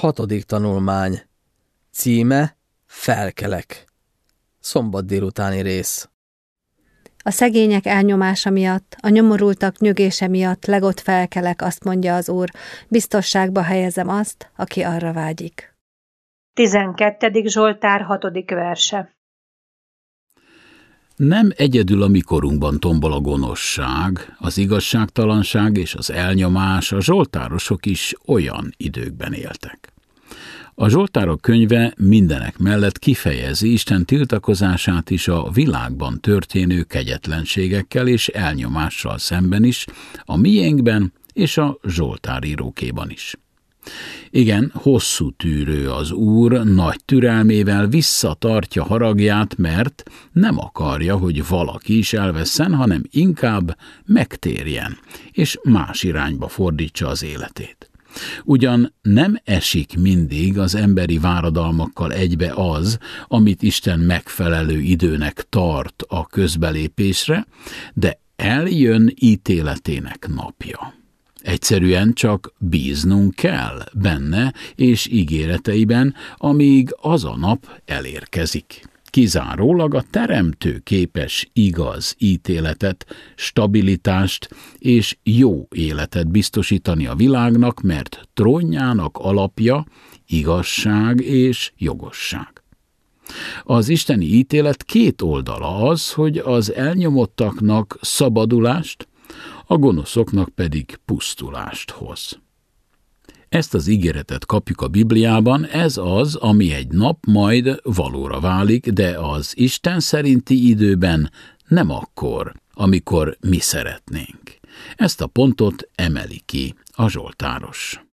Hatodik tanulmány. Címe Felkelek. Szombat délutáni rész. A szegények elnyomása miatt, a nyomorultak nyögése miatt legott felkelek, azt mondja az Úr, biztosságba helyezem azt, aki arra vágyik. 12. Zsoltár 6. verse. Nem egyedül a mi korunkban tombol a gonoszság, az igazságtalanság és az elnyomás, a zsoltárosok is olyan időkben éltek. A Zsoltárok könyve mindenek mellett kifejezi Isten tiltakozását is a világban történő kegyetlenségekkel és elnyomással szemben is, a miénkben és a zsoltárírókéban is. Igen, hosszú tűrő az Úr, nagy türelmével visszatartja haragját, mert nem akarja, hogy valaki is elvesszen, hanem inkább megtérjen, és más irányba fordítsa az életét. Ugyan nem esik mindig az emberi váradalmakkal egybe az, amit Isten megfelelő időnek tart a közbelépésre, de eljön ítéletének napja. Egyszerűen csak bíznunk kell benne és ígéreteiben, amíg az a nap elérkezik. Kizárólag a Teremtő képes igaz ítéletet, stabilitást és jó életet biztosítani a világnak, mert trónjának alapja igazság és jogosság. Az isteni ítélet két oldala az, hogy az elnyomottaknak szabadulást, a gonoszoknak pedig pusztulást hoz. Ezt az ígéretet kapjuk a Bibliában, ez az, ami egy nap majd valóra válik, de az Isten szerinti időben nem akkor, amikor mi szeretnénk. Ezt a pontot emeli ki a zsoltáros.